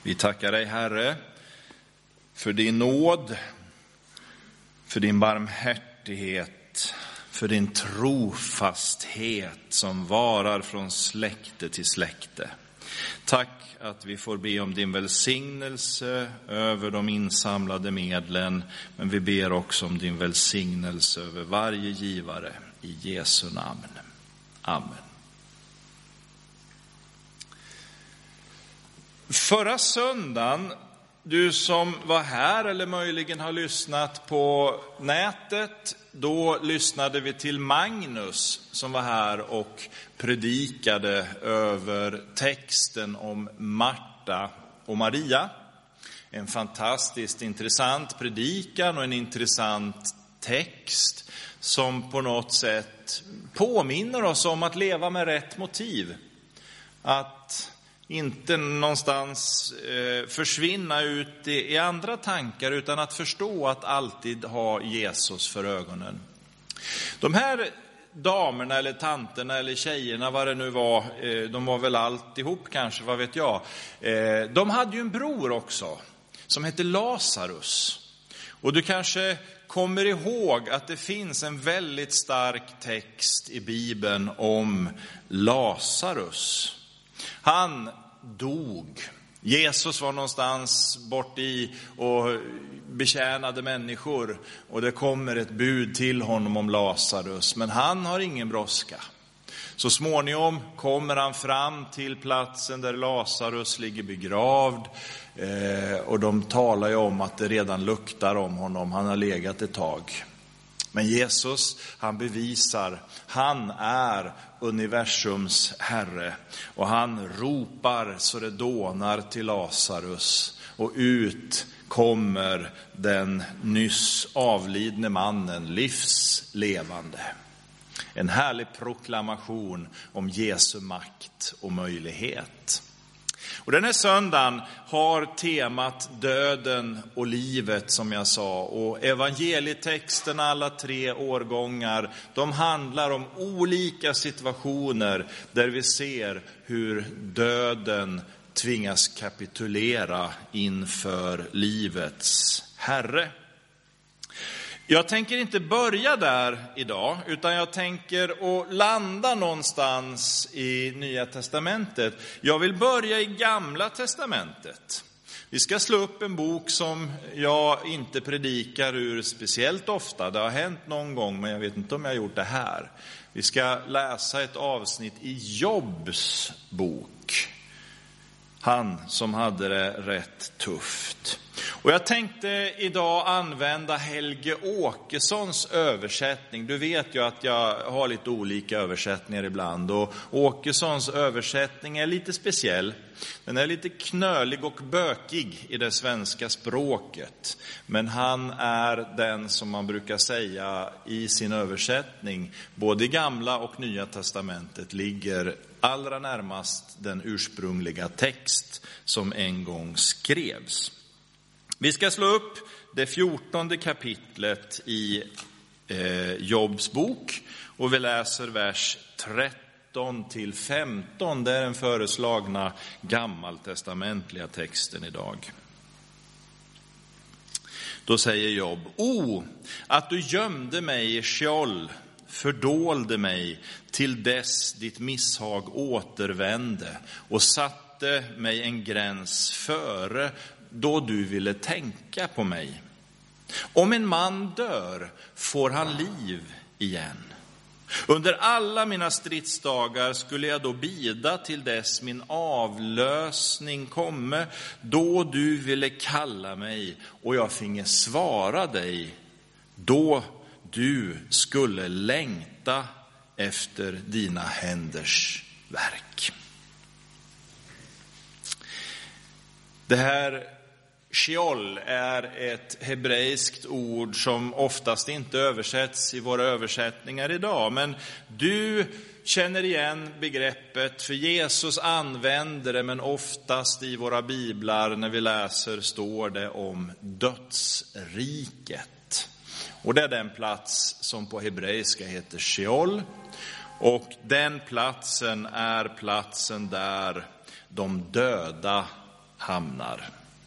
Vi tackar dig, Herre, för din nåd, för din barmhärtighet, för din trofasthet som varar från släkte till släkte. Tack att vi får be om din välsignelse över de insamlade medlen, men vi ber också om din välsignelse över varje givare i Jesu namn. Amen. Förra söndagen, du som var här eller möjligen har lyssnat på nätet, då lyssnade vi till Magnus som var här och predikade över texten om Marta och Maria. En fantastiskt intressant predikan och en intressant text som på något sätt påminner oss om att leva med rätt motiv. Att inte någonstans försvinna ut i andra tankar, utan att förstå att alltid ha Jesus för ögonen. De här damerna eller tanterna eller tjejerna, vad det nu var, de var väl alltihop kanske, vad vet jag. De hade ju en bror också som hette Lazarus. Och du kanske kommer ihåg att det finns en väldigt stark text i Bibeln om Lazarus. Han dog. Jesus var någonstans bort i och betjänade människor. Och det kommer ett bud till honom om Lazarus. Men han har ingen brådska. Så småningom kommer han fram till platsen där Lazarus ligger begravd. Och de talar ju om att det redan luktar om honom. Han har legat ett tag. Men Jesus, han bevisar, han är universums herre. Och han ropar så det dånar till Lazarus. Och ut kommer den nyss avlidne mannen, livslevande. En härlig proklamation om Jesu makt och möjlighet. Och den här söndagen har temat döden och livet, som jag sa. Och evangelietexterna, alla 3 årgångar, de handlar om olika situationer där vi ser hur döden tvingas kapitulera inför livets herre. Jag tänker inte börja där idag, utan jag tänker att landa någonstans i Nya testamentet. Jag vill börja i Gamla testamentet. Vi ska slå upp en bok som jag inte predikar ur speciellt ofta. Det har hänt någon gång, men jag vet inte om jag har gjort det här. Vi ska läsa ett avsnitt i Jobs bok. Han som hade det rätt tufft. Och jag tänkte idag använda Helge Åkessons översättning. Du vet ju att jag har lite olika översättningar ibland. Och Åkessons översättning är lite speciell. Den är lite knölig och bökig i det svenska språket. Men han är den som man brukar säga i sin översättning, både i Gamla och Nya testamentet, ligger allra närmast den ursprungliga text som en gång skrevs. Vi ska slå upp det 14:e kapitlet i Jobs bok och vi läser vers 13 till 15. Det är den föreslagna gammaltestamentliga texten idag. Då säger Job: att du gömde mig i Sheol, fördolde mig till dess ditt misshag återvände och satte mig en gräns före då du ville tänka på mig. Om en man dör får han liv igen. Under alla mina stridsdagar skulle jag då bida till dess min avlösning komme, då du ville kalla mig och jag finge svara dig, då du skulle längta efter dina händers verk. Det här Sheol är ett hebreiskt ord som oftast inte översätts i våra översättningar idag. Men du känner igen begreppet, för Jesus använder det, men oftast i våra biblar när vi läser står det om dödsriket. Och det är den plats som på hebreiska heter Sheol. Och den platsen är platsen där de döda hamnar.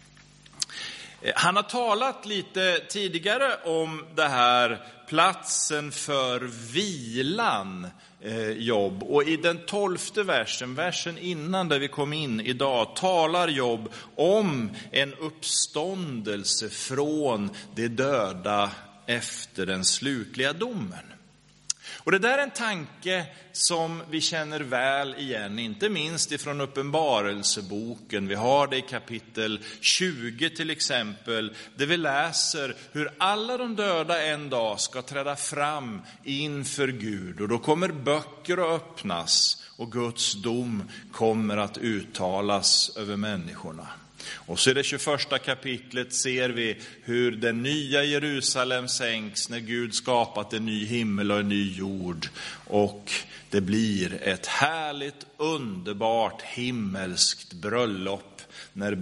Han har talat lite tidigare om det här platsen för vilan, Jobb. Och i den 12:e versen innan där vi kom in idag, talar Jobb om en uppståndelse från de döda efter den slutliga domen. Och det där är en tanke som vi känner väl igen, inte minst ifrån Uppenbarelseboken. Vi har det i kapitel 20 till exempel, där vi läser hur alla de döda en dag ska träda fram inför Gud. Och då kommer böcker att öppnas och Guds dom kommer att uttalas över människorna. Och så i det 21:a kapitlet ser vi hur den nya Jerusalem sänks när Gud skapat en ny himmel och en ny jord. Och det blir ett härligt, underbart, himmelskt bröllop när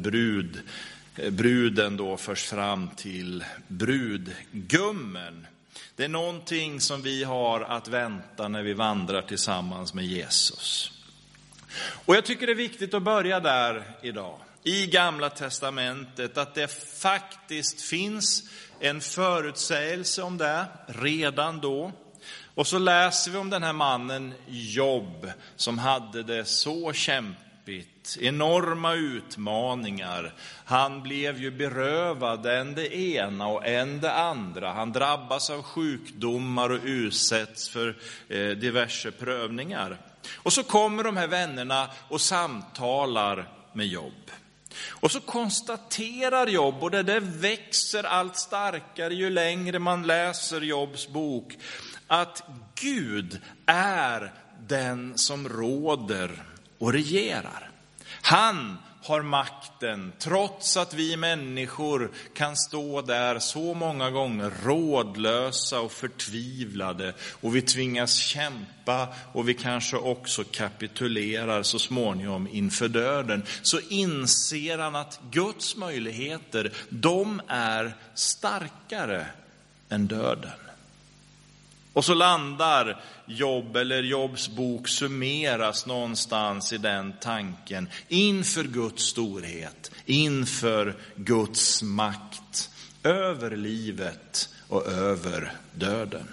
bruden då förs fram till brudgummen. Det är någonting som vi har att vänta när vi vandrar tillsammans med Jesus. Och jag tycker det är viktigt att börja där idag. I Gamla testamentet, att det faktiskt finns en förutsägelse om det redan då. Och så läser vi om den här mannen Jobb som hade det så kämpigt, enorma utmaningar. Han blev ju berövad än det ena och än det andra. Han drabbas av sjukdomar och utsätts för diverse prövningar. Och så kommer de här vännerna och samtalar med Jobb. Och så konstaterar Jobb, och det växer allt starkare ju längre man läser Jobbs bok, att Gud är den som råder och regerar. Han har makten, trots att vi människor kan stå där så många gånger rådlösa och förtvivlade, och vi tvingas kämpa och vi kanske också kapitulerar så småningom inför döden. Så inser han att Guds möjligheter, de är starkare än döden. Och så landar Jobb, eller Jobbs bok summeras någonstans i den tanken, inför Guds storhet, inför Guds makt över livet och över döden.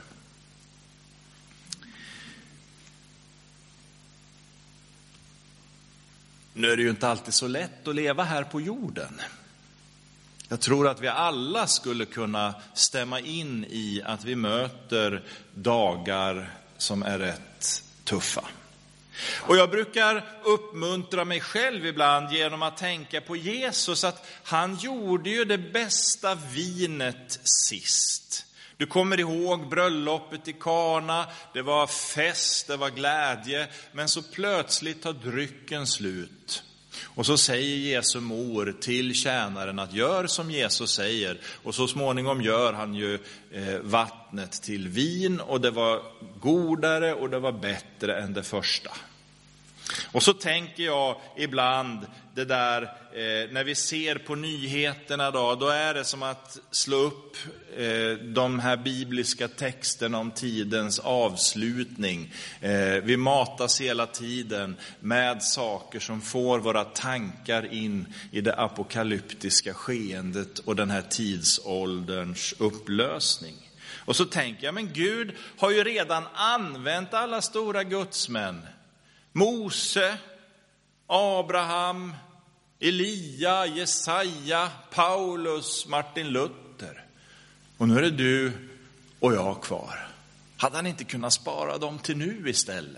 Nu är det ju inte alltid så lätt att leva här på jorden. Jag tror att vi alla skulle kunna stämma in i att vi möter dagar som är rätt tuffa. Och jag brukar uppmuntra mig själv ibland genom att tänka på Jesus, att han gjorde ju det bästa vinet sist. Du kommer ihåg bröllopet i Kana, det var fest, det var glädje, men så plötsligt tar drycken slut. Och så säger Jesu mor till tjänaren att gör som Jesus säger. Och så småningom gör han ju vattnet till vin, och det var godare och det var bättre än det första. Och så tänker jag ibland det där, när vi ser på nyheterna då är det som att slå upp de här bibliska texterna om tidens avslutning. Vi matas hela tiden med saker som får våra tankar in i det apokalyptiska skeendet och den här tidsålderns upplösning. Och så tänker jag, men Gud har ju redan använt alla stora gudsmän. Mose, Abraham, Elia, Jesaja, Paulus, Martin Luther. Och nu är det du och jag kvar. Hade han inte kunnat spara dem till nu istället?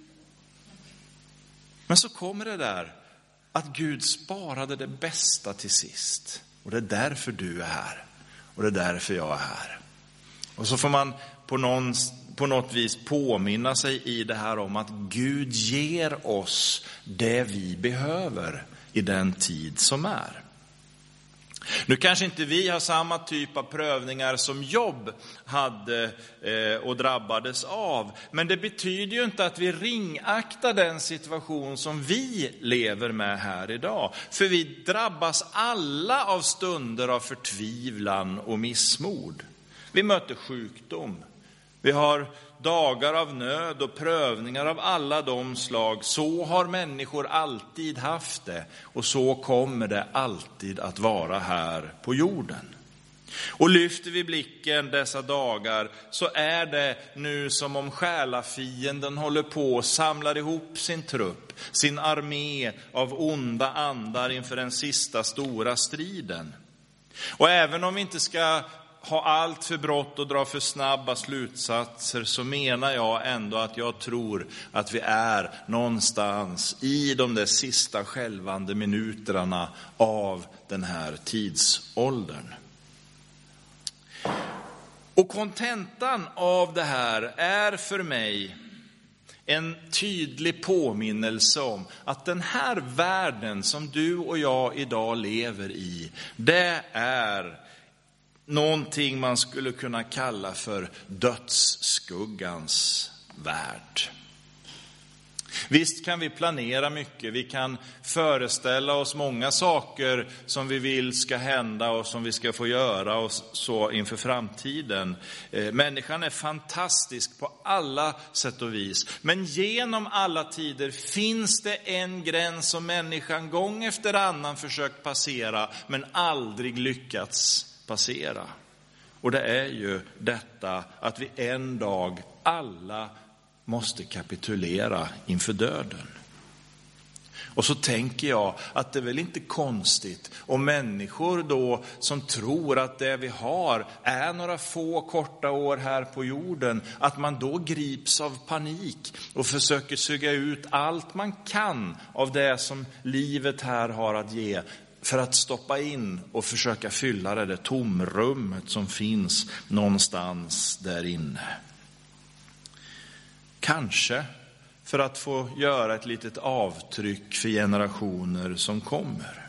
Men så kommer det där att Gud sparade det bästa till sist. Och det är därför du är här. Och det är därför jag är här. Och så får man på något vis påminna sig i det här om att Gud ger oss det vi behöver i den tid som är. Nu kanske inte vi har samma typ av prövningar som Jobb hade och drabbades av. Men det betyder ju inte att vi ringaktar den situation som vi lever med här idag. För vi drabbas alla av stunder av förtvivlan och missmod. Vi möter sjukdom. Vi har dagar av nöd och prövningar av alla de slag. Så har människor alltid haft det, och så kommer det alltid att vara här på jorden. Och lyfter vi blicken dessa dagar, så är det nu som om själafienden håller på och samlar ihop sin trupp, sin armé av onda andar inför den sista stora striden. Och även om vi inte ska ha allt för brått och dra för snabba slutsatser, så menar jag ändå att jag tror att vi är någonstans i de där sista skälvande minuterna av den här tidsåldern. Och kontentan av det här är för mig en tydlig påminnelse om att den här världen som du och jag idag lever i, det är någonting man skulle kunna kalla för dödsskuggans värld. Visst kan vi planera mycket, vi kan föreställa oss många saker som vi vill ska hända och som vi ska få göra och så inför framtiden. Människan är fantastisk på alla sätt och vis, men genom alla tider finns det en gräns som människan gång efter annan försökt passera men aldrig lyckats passera. Och det är ju detta att vi en dag alla måste kapitulera inför döden. Och så tänker jag att det är väl inte konstigt om människor då som tror att det vi har är några få korta år här på jorden, att man då grips av panik och försöker suga ut allt man kan av det som livet här har att ge, för att stoppa in och försöka fylla det där tomrummet som finns någonstans där inne. Kanske för att få göra ett litet avtryck för generationer som kommer.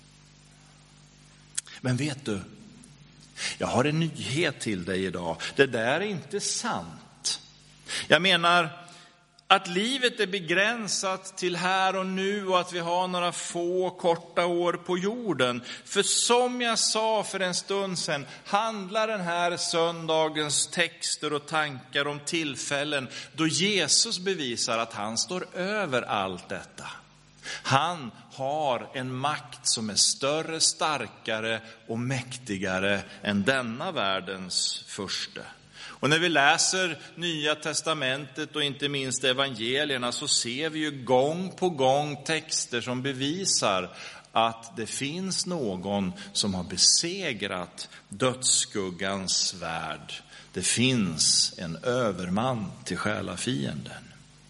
Men vet du, jag har en nyhet till dig idag. Det där är inte sant. Jag menar att livet är begränsat till här och nu och att vi har några få korta år på jorden. För som jag sa för en stund sedan handlar den här söndagens texter och tankar om tillfällen då Jesus bevisar att han står över allt detta. Han har en makt som är större, starkare och mäktigare än denna världens furste. Och när vi läser Nya testamentet och inte minst evangelierna, så ser vi ju gång på gång texter som bevisar att det finns någon som har besegrat dödsskuggans värld. Det finns en överman till själafienden.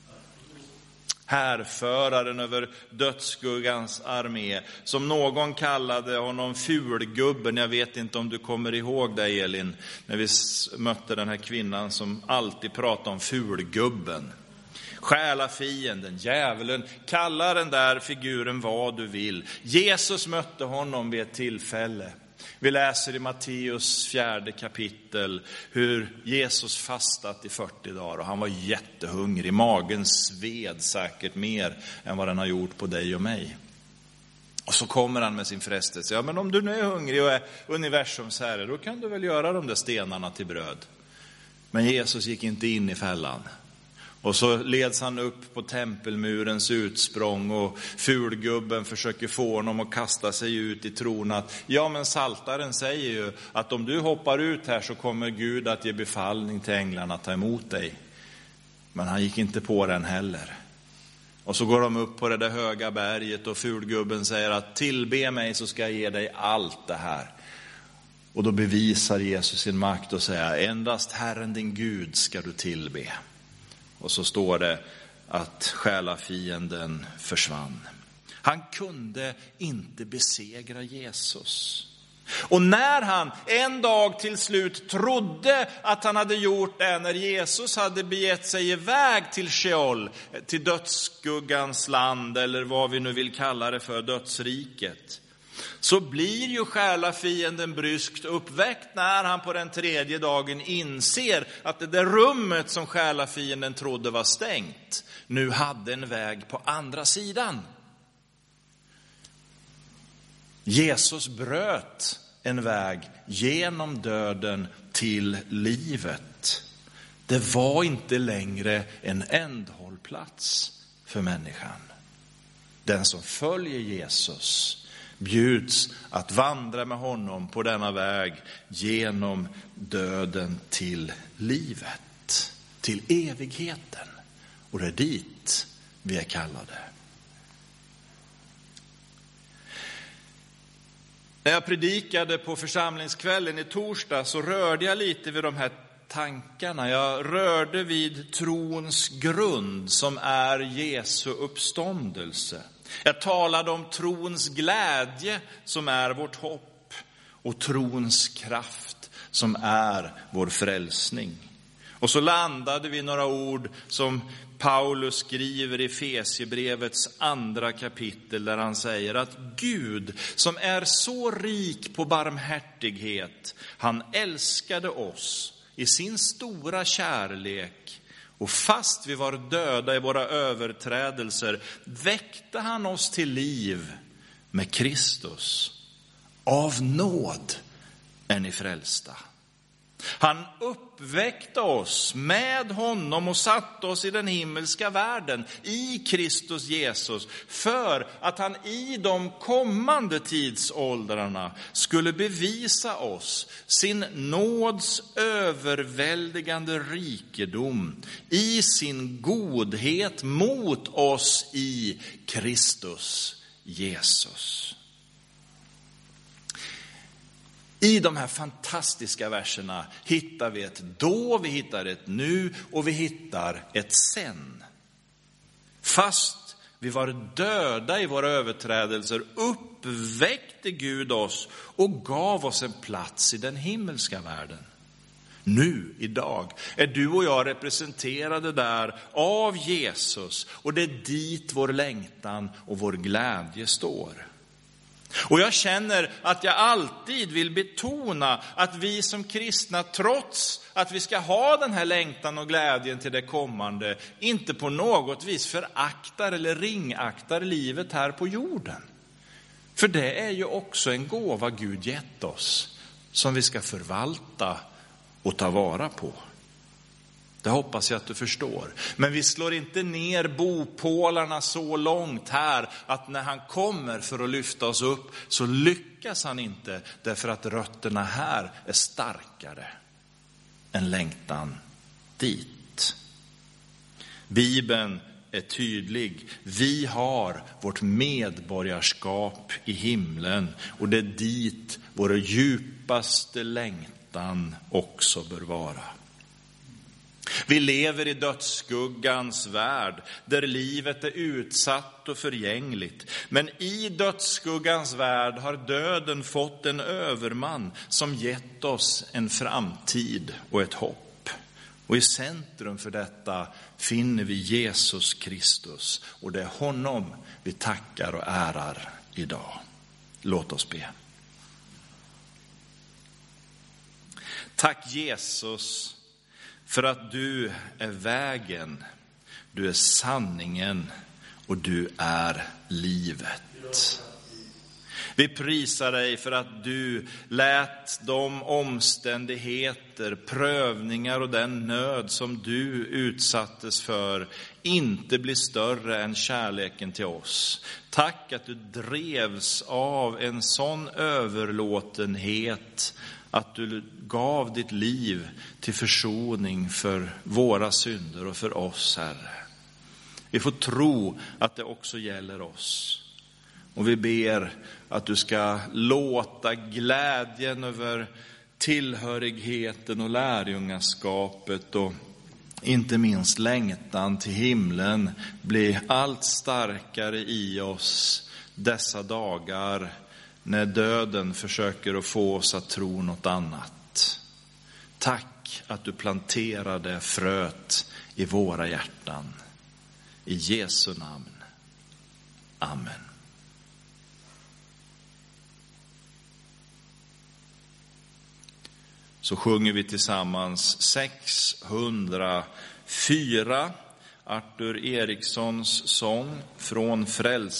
Härföraren över dödsskuggans armé, som någon kallade honom fulgubben. Jag vet inte om du kommer ihåg det, Elin, när vi mötte den här kvinnan som alltid pratade om fulgubben. Själafienden, djävulen, kalla den där figuren vad du vill. Jesus mötte honom vid ett tillfälle. Vi läser i Matteus 4 kapitel hur Jesus fastat i 40 dagar och han var jättehungrig. Magen sved säkert mer än vad den har gjort på dig och mig. Och så kommer han med sin frestelse. Ja, men om du nu är hungrig och är universums herre, då kan du väl göra de där stenarna till bröd. Men Jesus gick inte in i fällan. Och så leds han upp på tempelmurens utsprång och fulgubben försöker få honom att kasta sig ut i tron att ja, men Saltaren säger ju att om du hoppar ut här så kommer Gud att ge befallning till änglarna att ta emot dig. Men han gick inte på den heller. Och så går de upp på det där höga berget och fulgubben säger att tillbe mig så ska jag ge dig allt det här. Och då bevisar Jesus sin makt och säger endast Herren din Gud ska du tillbe. Och så står det att själafienden försvann. Han kunde inte besegra Jesus. Och när han en dag till slut trodde att han hade gjort det, när Jesus hade begett sig iväg till Sheol, till dödsskuggans land eller vad vi nu vill kalla det för, dödsriket, så blir ju själafienden bryskt uppväckt när han på den 3:e dagen inser att det där rummet som själafienden trodde var stängt nu hade en väg på andra sidan. Jesus bröt en väg genom döden till livet. Det var inte längre en ändhållplats för människan. Den som följer Jesus bjuds att vandra med honom på denna väg genom döden till livet, till evigheten. Och det är dit vi är kallade. När jag predikade på församlingskvällen i torsdag så rörde jag lite vid de här tankarna. Jag rörde vid trons grund som är Jesu uppståndelse. Jag talade om trons glädje som är vårt hopp och trons kraft som är vår frälsning. Och så landade vi några ord som Paulus skriver i Efesierbrevets 2 kapitel där han säger att Gud som är så rik på barmhärtighet, han älskade oss i sin stora kärlek och fast vi var döda i våra överträdelser väckte han oss till liv med Kristus. Av nåd är ni frälsta. Han uppväckte oss med honom och satte oss i den himmelska världen i Kristus Jesus för att han i de kommande tidsåldrarna skulle bevisa oss sin nåds överväldigande rikedom i sin godhet mot oss i Kristus Jesus. I de här fantastiska verserna hittar vi ett då, vi hittar ett nu och vi hittar ett sen. Fast vi var döda i våra överträdelser uppväckte Gud oss och gav oss en plats i den himmelska världen. Nu, idag, är du och jag representerade där av Jesus och det är dit vår längtan och vår glädje står. Och jag känner att jag alltid vill betona att vi som kristna, trots att vi ska ha den här längtan och glädjen till det kommande, inte på något vis föraktar eller ringaktar livet här på jorden. För det är ju också en gåva Gud gett oss som vi ska förvalta och ta vara på. Det hoppas jag att du förstår. Men vi slår inte ner bopålarna så långt här att när han kommer för att lyfta oss upp så lyckas han inte därför att rötterna här är starkare än längtan dit. Bibeln är tydlig. Vi har vårt medborgarskap i himlen och det är dit vår djupaste längtan också bör vara. Vi lever i dödsskuggans värld där livet är utsatt och förgängligt. Men i dödsskuggans värld har döden fått en överman som gett oss en framtid och ett hopp. Och i centrum för detta finner vi Jesus Kristus. Och det är honom vi tackar och ärar idag. Låt oss be. Tack Jesus för att du är vägen, du är sanningen och du är livet. Vi prisar dig för att du lät de omständigheter, prövningar och den nöd som du utsattes för inte bli större än kärleken till oss. Tack att du drevs av en sån överlåtenhet att du gav ditt liv till försoning för våra synder och för oss, Herre. Vi får tro att det också gäller oss. Och vi ber att du ska låta glädjen över tillhörigheten och lärjungaskapet och inte minst längtan till himlen bli allt starkare i oss dessa dagar när döden försöker att få oss att tro något annat. Tack att du planterade fröet i våra hjärtan. I Jesu namn. Amen. Så sjunger vi tillsammans 604, Arthur Erikssons sång Från frälsning.